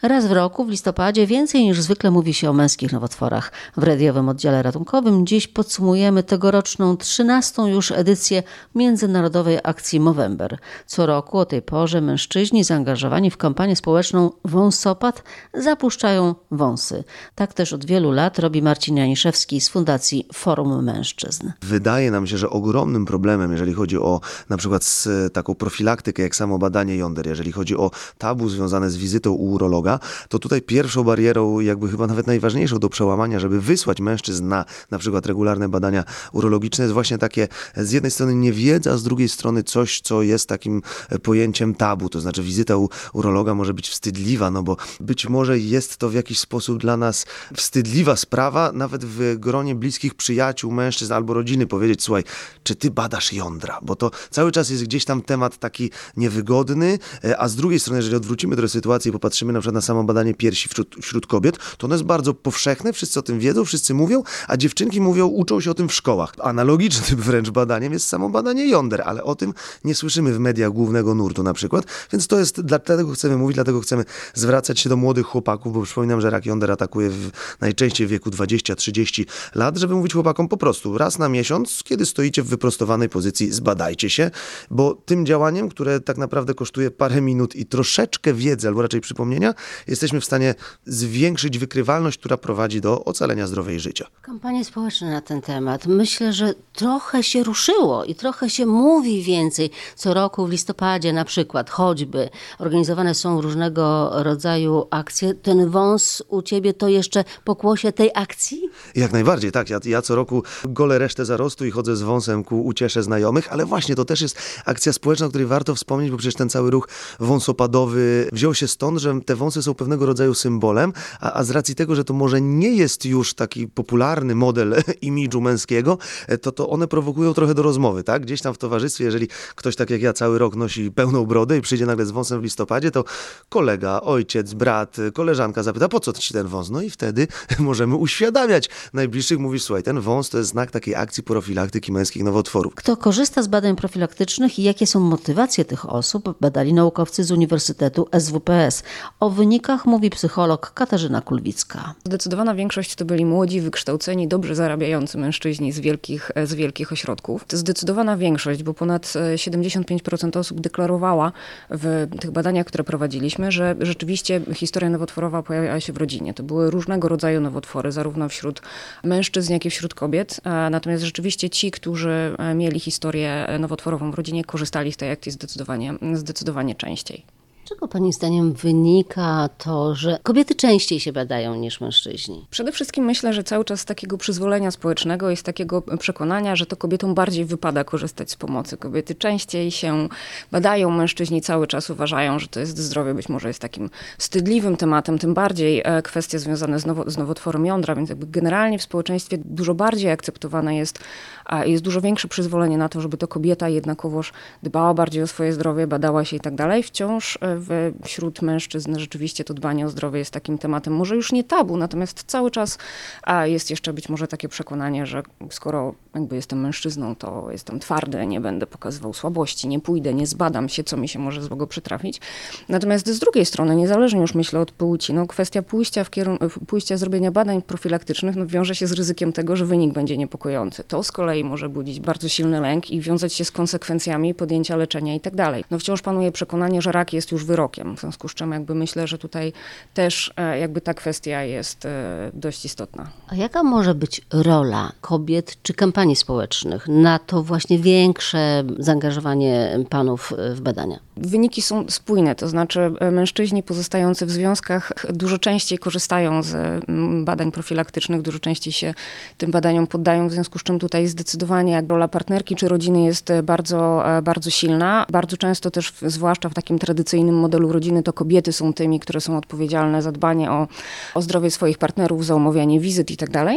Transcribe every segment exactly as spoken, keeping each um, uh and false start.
Raz w roku, w listopadzie, więcej niż zwykle mówi się o męskich nowotworach. W radiowym oddziale ratunkowym dziś podsumujemy tegoroczną trzynastą już edycję Międzynarodowej Akcji Movember. Co roku o tej porze mężczyźni zaangażowani w kampanię społeczną Wąsopad zapuszczają wąsy. Tak też od wielu lat robi Marcin Janiszewski z Fundacji Forum Mężczyzn. Wydaje nam się, że ogromnym problemem, jeżeli chodzi o na przykład z taką profilaktykę, jak samo badanie jąder, jeżeli chodzi o tabu związane z wizytą u urologa, to tutaj pierwszą barierą, jakby chyba nawet najważniejszą do przełamania, żeby wysłać mężczyzn na na przykład regularne badania urologiczne, jest właśnie takie z jednej strony niewiedza, a z drugiej strony coś, co jest takim pojęciem tabu, to znaczy wizyta u urologa może być wstydliwa, no bo być może jest to w jakiś sposób dla nas wstydliwa sprawa, nawet w gronie bliskich przyjaciół, mężczyzn albo rodziny powiedzieć: słuchaj, czy ty badasz jądra? Bo to cały czas jest gdzieś tam temat taki niewygodny, a z drugiej strony, jeżeli odwrócimy trochę sytuację i popatrzymy na przykład na samo badanie piersi wśród, wśród kobiet, to ono jest bardzo powszechne, wszyscy o tym wiedzą, wszyscy mówią, a dziewczynki mówią, uczą się o tym w szkołach. Analogicznym wręcz badaniem jest samo badanie jąder, ale o tym nie słyszymy w mediach głównego nurtu na przykład, więc to jest, dlatego chcemy mówić, dlatego chcemy zwracać się do młodych chłopaków, bo przypominam, że rak jąder atakuje w, najczęściej w wieku dwadzieścia trzydzieści lat, żeby mówić chłopakom po prostu raz na miesiąc, kiedy stoicie w wyprostowanej pozycji, zbadajcie się, bo tym działaniem, które tak naprawdę kosztuje parę minut i troszeczkę wiedzy, albo raczej przypomnienia, jesteśmy w stanie zwiększyć wykrywalność, która prowadzi do ocalenia zdrowia i życia. Kampanie społeczne na ten temat. Myślę, że trochę się ruszyło i trochę się mówi więcej. Co roku w listopadzie na przykład, choćby, organizowane są różnego rodzaju akcje. Ten wąs u ciebie to jeszcze pokłosie tej akcji? Jak najbardziej, tak. Ja, ja co roku golę resztę zarostu i chodzę z wąsem ku uciesze znajomych, ale właśnie to też jest akcja społeczna, o której warto wspomnieć, bo przecież ten cały ruch wąsopadowy wziął się stąd, że te wąsy są pewnego rodzaju symbolem, a, a z racji tego, że to może nie jest już taki popularny model imidżu męskiego, to, to one prowokują trochę do rozmowy, tak? Gdzieś tam w towarzystwie, jeżeli ktoś tak jak ja cały rok nosi pełną brodę i przyjdzie nagle z wąsem w listopadzie, to kolega, ojciec, brat, koleżanka zapyta: po co ci ten wąs? No i wtedy możemy uświadamiać najbliższych, mówisz: słuchaj, ten wąs to jest znak takiej akcji profilaktyki męskich nowotworów. Kto korzysta z badań profilaktycznych i jakie są motywacje tych osób, badali naukowcy z Uniwersytetu S W P S. O wynikach mówi psycholog Katarzyna Kulwicka. Zdecydowana większość to byli młodzi, wykształceni, dobrze zarabiający mężczyźni z wielkich, z wielkich ośrodków. To zdecydowana większość, bo ponad siedemdziesiąt pięć procent osób deklarowała w tych badaniach, które prowadziliśmy, że rzeczywiście historia nowotworowa pojawiała się w rodzinie. To były różnego rodzaju nowotwory, zarówno wśród mężczyzn, jak i wśród kobiet. Natomiast rzeczywiście ci, którzy mieli historię nowotworową w rodzinie, korzystali z tej akcji zdecydowanie, zdecydowanie częściej. Czego pani zdaniem wynika to, że kobiety częściej się badają niż mężczyźni? Przede wszystkim myślę, że cały czas z takiego przyzwolenia społecznego jest takiego przekonania, że to kobietom bardziej wypada korzystać z pomocy. Kobiety częściej się badają, mężczyźni cały czas uważają, że to jest zdrowie, być może jest takim wstydliwym tematem, tym bardziej kwestie związane z, nowo, z nowotworem jądra, więc jakby generalnie w społeczeństwie dużo bardziej akceptowane jest, a jest dużo większe przyzwolenie na to, żeby to kobieta jednakowoż dbała bardziej o swoje zdrowie, badała się i tak dalej. Wciąż wśród mężczyzn rzeczywiście to dbanie o zdrowie jest takim tematem, może już nie tabu, natomiast cały czas a jest jeszcze być może takie przekonanie, że skoro jakby jestem mężczyzną, to jestem twardy, nie będę pokazywał słabości, nie pójdę, nie zbadam się, co mi się może złego przytrafić. Natomiast z drugiej strony, niezależnie już myślę od płci, no kwestia pójścia, w kierun- pójścia zrobienia badań profilaktycznych no wiąże się z ryzykiem tego, że wynik będzie niepokojący. To z kolei może budzić bardzo silny lęk i wiązać się z konsekwencjami podjęcia leczenia i tak dalej. No wciąż panuje przekonanie, że rak jest już wyrokiem, w związku z czym jakby myślę, że tutaj też jakby ta kwestia jest dość istotna. A jaka może być rola kobiet czy kampanii społecznych na to właśnie większe zaangażowanie panów w badania? Wyniki są spójne, to znaczy mężczyźni pozostający w związkach dużo częściej korzystają z badań profilaktycznych, dużo częściej się tym badaniom poddają, w związku z czym tutaj zdecydowanie jak rola partnerki czy rodziny jest bardzo, bardzo silna. Bardzo często też, zwłaszcza w takim tradycyjnym modelu rodziny, to kobiety są tymi, które są odpowiedzialne za dbanie o, o zdrowie swoich partnerów, za umawianie wizyt i tak dalej.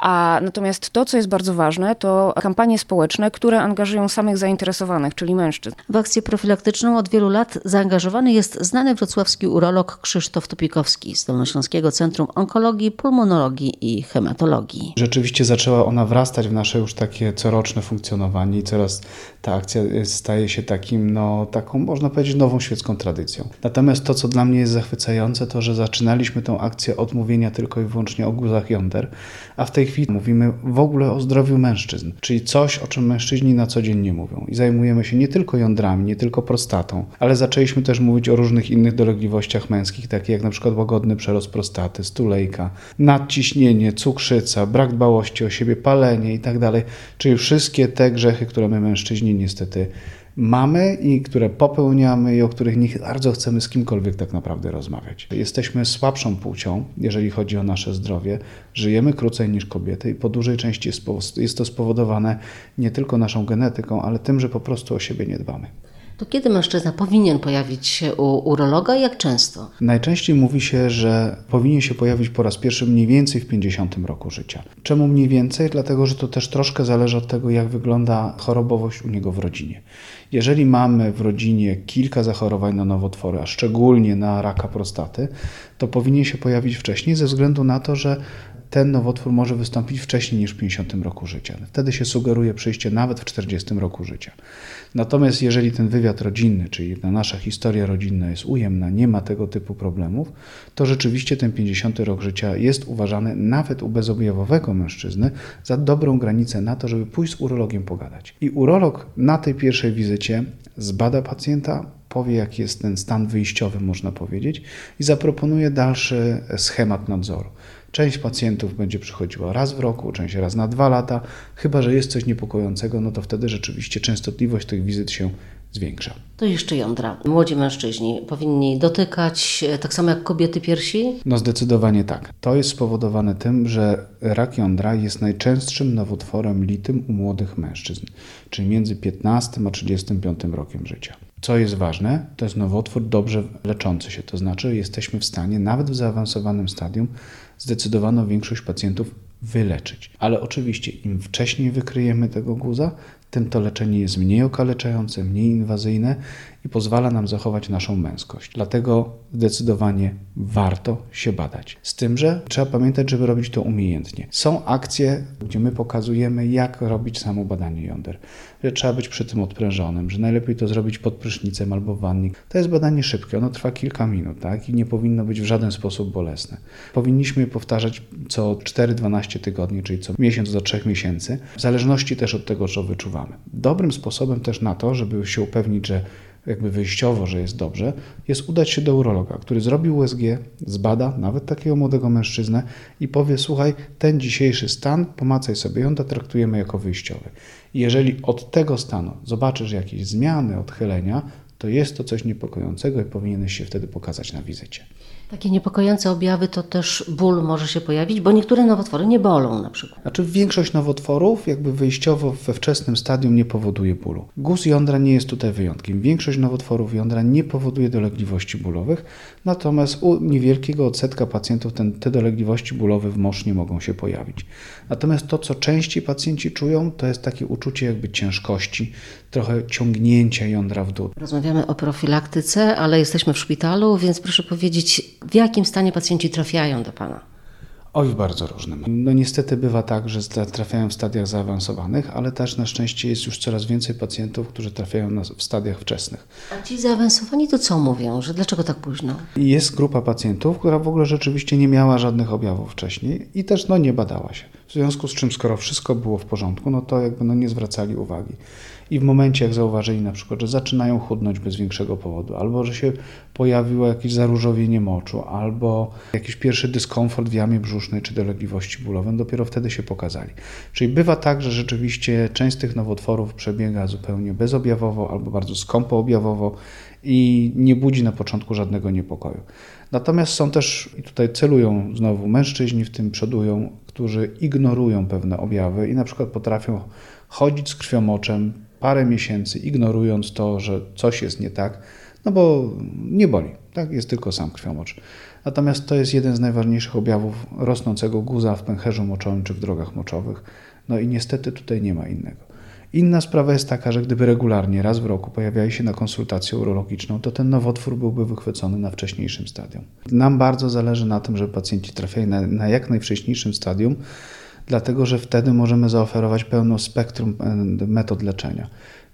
A natomiast to, co jest bardzo ważne, to kampanie społeczne, które angażują samych zainteresowanych, czyli mężczyzn. W akcję profilaktyczną od wielu lat zaangażowany jest znany wrocławski urolog Krzysztof Topikowski z Dolnośląskiego Centrum Onkologii, Pulmonologii i Hematologii. Rzeczywiście zaczęła ona wrastać w nasze już takie coroczne funkcjonowanie i coraz ta akcja staje się takim, no taką można powiedzieć nową świecką tradycją. tradycją. Natomiast to, co dla mnie jest zachwycające, to, że zaczynaliśmy tę akcję od mówienia tylko i wyłącznie o guzach jąder, a w tej chwili mówimy w ogóle o zdrowiu mężczyzn, czyli coś, o czym mężczyźni na co dzień nie mówią. I zajmujemy się nie tylko jądrami, nie tylko prostatą, ale zaczęliśmy też mówić o różnych innych dolegliwościach męskich, takich jak na przykład łagodny przerost prostaty, stulejka, nadciśnienie, cukrzyca, brak dbałości o siebie, palenie i tak dalej. Czyli wszystkie te grzechy, które my mężczyźni niestety mamy i które popełniamy i o których nie bardzo chcemy z kimkolwiek tak naprawdę rozmawiać. Jesteśmy słabszą płcią, jeżeli chodzi o nasze zdrowie. Żyjemy krócej niż kobiety i po dużej części jest to spowodowane nie tylko naszą genetyką, ale tym, że po prostu o siebie nie dbamy. To kiedy mężczyzna powinien pojawić się u urologa i jak często? Najczęściej mówi się, że powinien się pojawić po raz pierwszy mniej więcej w pięćdziesiątym roku życia. Czemu mniej więcej? Dlatego, że to też troszkę zależy od tego, jak wygląda chorobowość u niego w rodzinie. Jeżeli mamy w rodzinie kilka zachorowań na nowotwory, a szczególnie na raka prostaty, to powinien się pojawić wcześniej ze względu na to, że ten nowotwór może wystąpić wcześniej niż w pięćdziesiątym roku życia. Wtedy się sugeruje przyjście nawet w czterdziestym roku życia. Natomiast jeżeli ten wywiad rodzinny, czyli ta nasza historia rodzinna jest ujemna, nie ma tego typu problemów, to rzeczywiście ten pięćdziesiąty rok życia jest uważany nawet u bezobjawowego mężczyzny za dobrą granicę na to, żeby pójść z urologiem pogadać. I urolog na tej pierwszej wizycie zbada pacjenta, powie, jaki jest ten stan wyjściowy, można powiedzieć, i zaproponuje dalszy schemat nadzoru. Część pacjentów będzie przychodziła raz w roku, część raz na dwa lata. Chyba że jest coś niepokojącego, no to wtedy rzeczywiście częstotliwość tych wizyt się zwiększa. To jeszcze jądra. Młodzi mężczyźni powinni dotykać tak samo jak kobiety piersi? No zdecydowanie tak. To jest spowodowane tym, że rak jądra jest najczęstszym nowotworem litym u młodych mężczyzn, czyli między piętnastym a trzydziestym piątym rokiem życia. Co jest ważne, to jest nowotwór dobrze leczący się, to znaczy jesteśmy w stanie nawet w zaawansowanym stadium zdecydowaną większość pacjentów wyleczyć. Ale oczywiście im wcześniej wykryjemy tego guza, tym to leczenie jest mniej okaleczające, mniej inwazyjne i pozwala nam zachować naszą męskość. Dlatego zdecydowanie warto się badać. Z tym, że trzeba pamiętać, żeby robić to umiejętnie. Są akcje, gdzie my pokazujemy, jak robić samo badanie jąder. Że trzeba być przy tym odprężonym, że najlepiej to zrobić pod prysznicem albo w wannie. To jest badanie szybkie, ono trwa kilka minut, tak? I nie powinno być w żaden sposób bolesne. Powinniśmy powtarzać co cztery do dwunastu tygodni, czyli co miesiąc do trzech miesięcy, w zależności też od tego, co wyczuwamy. Dobrym sposobem też na to, żeby się upewnić, że jakby wyjściowo, że jest dobrze, jest udać się do urologa, który zrobi U S G, zbada nawet takiego młodego mężczyznę i powie: słuchaj, ten dzisiejszy stan, pomacaj sobie jądra, traktujemy jako wyjściowy. I jeżeli od tego stanu zobaczysz jakieś zmiany, odchylenia, to jest to coś niepokojącego i powinieneś się wtedy pokazać na wizycie. Takie niepokojące objawy to też ból może się pojawić, bo niektóre nowotwory nie bolą na przykład. Znaczy większość nowotworów jakby wyjściowo we wczesnym stadium nie powoduje bólu. Guz jądra nie jest tutaj wyjątkiem. Większość nowotworów jądra nie powoduje dolegliwości bólowych, natomiast u niewielkiego odsetka pacjentów ten, te dolegliwości bólowe w mosznie mogą się pojawić. Natomiast to, co częściej pacjenci czują, to jest takie uczucie jakby ciężkości, trochę ciągnięcia jądra w dół. Rozmawiamy o profilaktyce, ale jesteśmy w szpitalu, więc proszę powiedzieć, w jakim stanie pacjenci trafiają do Pana? Oj, bardzo różnym. No niestety bywa tak, że trafiają w stadiach zaawansowanych, ale też na szczęście jest już coraz więcej pacjentów, którzy trafiają na, w stadiach wczesnych. A ci zaawansowani to co mówią, że dlaczego tak późno? Jest grupa pacjentów, która w ogóle rzeczywiście nie miała żadnych objawów wcześniej i też no, nie badała się. W związku z czym, skoro wszystko było w porządku, no to jakby no, nie zwracali uwagi. I w momencie, jak zauważyli na przykład, że zaczynają chudnąć bez większego powodu, albo że się pojawiło jakieś zaróżowienie moczu, albo jakiś pierwszy dyskomfort w jamie brzusznej czy dolegliwości bólowe, dopiero wtedy się pokazali. Czyli bywa tak, że rzeczywiście część z tych nowotworów przebiega zupełnie bezobjawowo albo bardzo skąpo objawowo i nie budzi na początku żadnego niepokoju. Natomiast są też, i tutaj celują znowu mężczyźni, w tym przodują, którzy ignorują pewne objawy i na przykład potrafią chodzić z krwiomoczem parę miesięcy, ignorując to, że coś jest nie tak, no bo nie boli, tak? Jest tylko sam krwiomocz. Natomiast to jest jeden z najważniejszych objawów rosnącego guza w pęcherzu moczowym czy w drogach moczowych. No i niestety tutaj nie ma innego. Inna sprawa jest taka, że gdyby regularnie, raz w roku pojawiali się na konsultację urologiczną, to ten nowotwór byłby wychwycony na wcześniejszym stadium. Nam bardzo zależy na tym, żeby pacjenci trafiali na, na jak najwcześniejszym stadium, dlatego że wtedy możemy zaoferować pełne spektrum metod leczenia.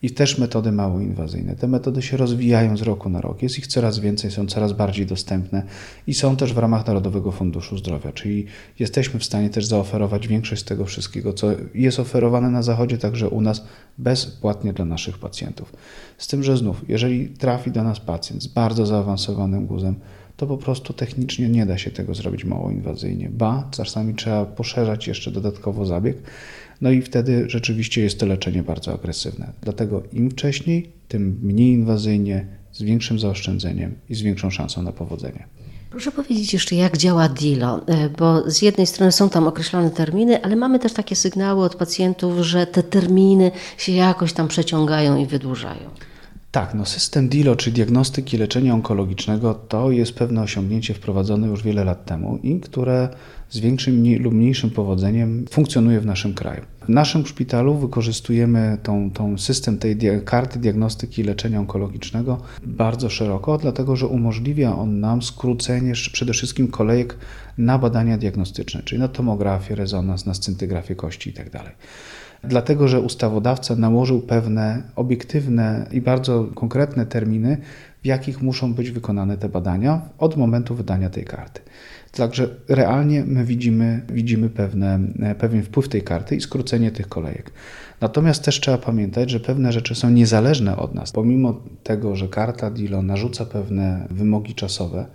i też metody mało inwazyjne. Te metody się rozwijają z roku na rok, jest ich coraz więcej, są coraz bardziej dostępne i są też w ramach Narodowego Funduszu Zdrowia, czyli jesteśmy w stanie też zaoferować większość z tego wszystkiego, co jest oferowane na Zachodzie, także u nas bezpłatnie dla naszych pacjentów. Z tym, że znów, jeżeli trafi do nas pacjent z bardzo zaawansowanym guzem, to po prostu technicznie nie da się tego zrobić mało inwazyjnie. Ba, czasami trzeba poszerzać jeszcze dodatkowo zabieg, no i wtedy rzeczywiście jest to leczenie bardzo agresywne. Dlatego im wcześniej, tym mniej inwazyjnie, z większym zaoszczędzeniem i z większą szansą na powodzenie. Proszę powiedzieć jeszcze, jak działa D I L O, bo z jednej strony są tam określone terminy, ale mamy też takie sygnały od pacjentów, że te terminy się jakoś tam przeciągają i wydłużają. Tak, no system D I L O, czy diagnostyki leczenia onkologicznego, to jest pewne osiągnięcie wprowadzone już wiele lat temu i które z większym lub mniejszym powodzeniem funkcjonuje w naszym kraju. W naszym szpitalu wykorzystujemy tą, tą system tej dia- karty diagnostyki leczenia onkologicznego bardzo szeroko, dlatego że umożliwia on nam skrócenie przede wszystkim kolejek na badania diagnostyczne, czyli na tomografię, rezonans, na scintygrafię kości itd. Dlatego, że ustawodawca nałożył pewne obiektywne i bardzo konkretne terminy, w jakich muszą być wykonane te badania od momentu wydania tej karty. Także realnie my widzimy, widzimy pewne, pewien wpływ tej karty i skrócenie tych kolejek. Natomiast też trzeba pamiętać, że pewne rzeczy są niezależne od nas. Pomimo tego, że karta D I L O narzuca pewne wymogi czasowe,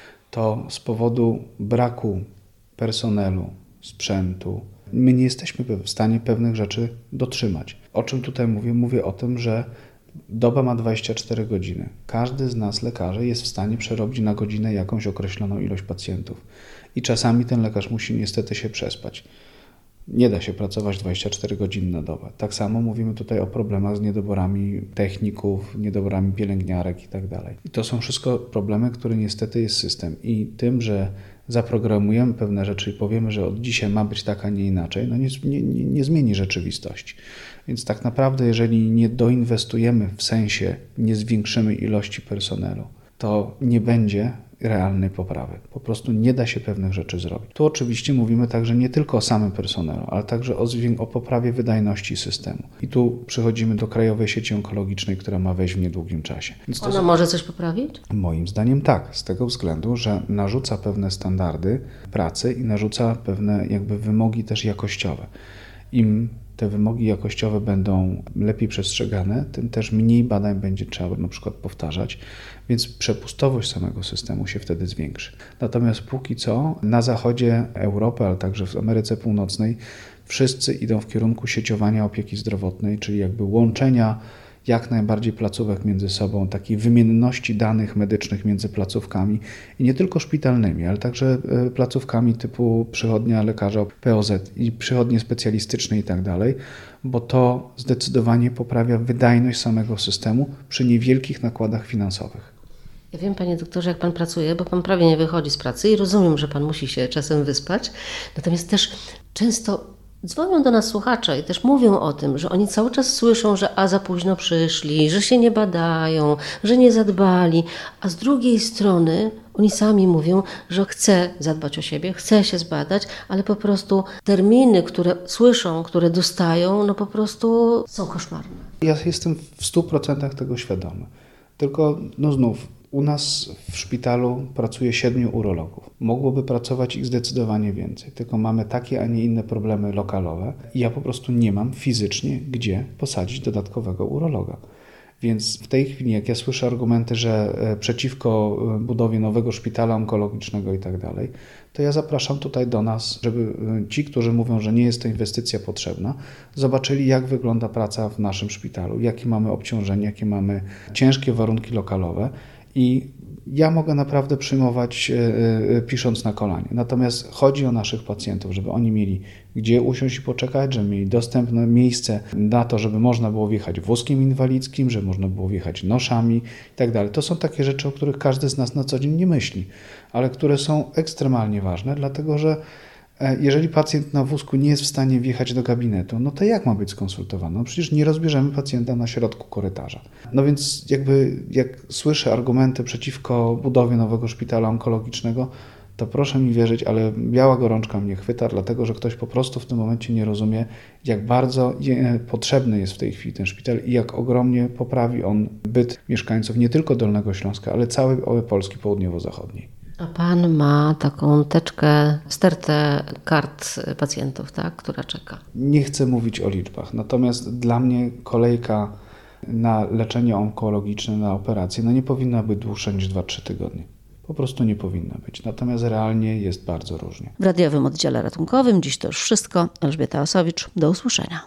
to z powodu braku personelu, sprzętu, my nie jesteśmy w stanie pewnych rzeczy dotrzymać. O czym tutaj mówię? Mówię o tym, że doba ma dwadzieścia cztery godziny. Każdy z nas, lekarzy, jest w stanie przerobić na godzinę jakąś określoną ilość pacjentów. I czasami ten lekarz musi niestety się przespać. Nie da się pracować dwadzieścia cztery godziny na dobę. Tak samo mówimy tutaj o problemach z niedoborami techników, niedoborami pielęgniarek i tak dalej. I to są wszystko problemy, które niestety jest system. I tym, że zaprogramujemy pewne rzeczy i powiemy, że od dzisiaj ma być tak, a nie inaczej, no nie, nie, nie zmieni rzeczywistości. Więc tak naprawdę, jeżeli nie doinwestujemy, w sensie nie zwiększymy ilości personelu, to nie będzie realnej poprawy. Po prostu nie da się pewnych rzeczy zrobić. Tu oczywiście mówimy także nie tylko o samym personelu, ale także o, zwię- o poprawie wydajności systemu. I tu przechodzimy do Krajowej Sieci Onkologicznej, która ma wejść w niedługim czasie. Więc to Ona są... może coś poprawić? Moim zdaniem tak, z tego względu, że narzuca pewne standardy pracy i narzuca pewne jakby wymogi też jakościowe. Im te wymogi jakościowe będą lepiej przestrzegane, tym też mniej badań będzie trzeba na przykład powtarzać, więc przepustowość samego systemu się wtedy zwiększy. Natomiast póki co na zachodzie Europy, ale także w Ameryce Północnej wszyscy idą w kierunku sieciowania opieki zdrowotnej, czyli jakby łączenia jak najbardziej placówek między sobą, takiej wymienności danych medycznych między placówkami i nie tylko szpitalnymi, ale także placówkami typu przychodnia lekarza P O Z i przychodnie specjalistyczne i tak dalej, bo to zdecydowanie poprawia wydajność samego systemu przy niewielkich nakładach finansowych. Ja wiem, panie doktorze, jak pan pracuje, bo pan prawie nie wychodzi z pracy i rozumiem, że pan musi się czasem wyspać, natomiast też często dzwonią do nas słuchacze i też mówią o tym, że oni cały czas słyszą, że a za późno przyszli, że się nie badają, że nie zadbali, a z drugiej strony oni sami mówią, że chce zadbać o siebie, chce się zbadać, ale po prostu terminy, które słyszą, które dostają, no po prostu są koszmarne. Ja jestem w stu procentach tego świadomy. Tylko no znów, u nas w szpitalu pracuje siedmiu urologów. Mogłoby pracować ich zdecydowanie więcej, tylko mamy takie, a nie inne problemy lokalowe i ja po prostu nie mam fizycznie gdzie posadzić dodatkowego urologa. Więc w tej chwili, jak ja słyszę argumenty, że przeciwko budowie nowego szpitala onkologicznego i tak dalej, to ja zapraszam tutaj do nas, żeby ci, którzy mówią, że nie jest to inwestycja potrzebna, zobaczyli, jak wygląda praca w naszym szpitalu, jakie mamy obciążenie, jakie mamy ciężkie warunki lokalowe. I ja mogę naprawdę przyjmować yy, pisząc na kolanie. Natomiast chodzi o naszych pacjentów, żeby oni mieli gdzie usiąść i poczekać, żeby mieli dostępne miejsce na to, żeby można było wjechać wózkiem inwalidzkim, żeby można było wjechać noszami i tak dalej. To są takie rzeczy, o których każdy z nas na co dzień nie myśli, ale które są ekstremalnie ważne, dlatego że jeżeli pacjent na wózku nie jest w stanie wjechać do gabinetu, no to jak ma być skonsultowany? No przecież nie rozbierzemy pacjenta na środku korytarza. No więc jakby jak słyszę argumenty przeciwko budowie nowego szpitala onkologicznego, to proszę mi wierzyć, ale biała gorączka mnie chwyta, dlatego że ktoś po prostu w tym momencie nie rozumie, jak bardzo je, potrzebny jest w tej chwili ten szpital i jak ogromnie poprawi on byt mieszkańców nie tylko Dolnego Śląska, ale całej Polski południowo-zachodniej. A pan ma taką teczkę, stertę kart pacjentów, tak, która czeka. Nie chcę mówić o liczbach, natomiast dla mnie kolejka na leczenie onkologiczne, na operację, no nie powinna być dłuższa niż dwa trzy tygodnie. Po prostu nie powinna być. Natomiast realnie jest bardzo różnie. W radiowym oddziale ratunkowym dziś to już wszystko. Elżbieta Osowicz, do usłyszenia.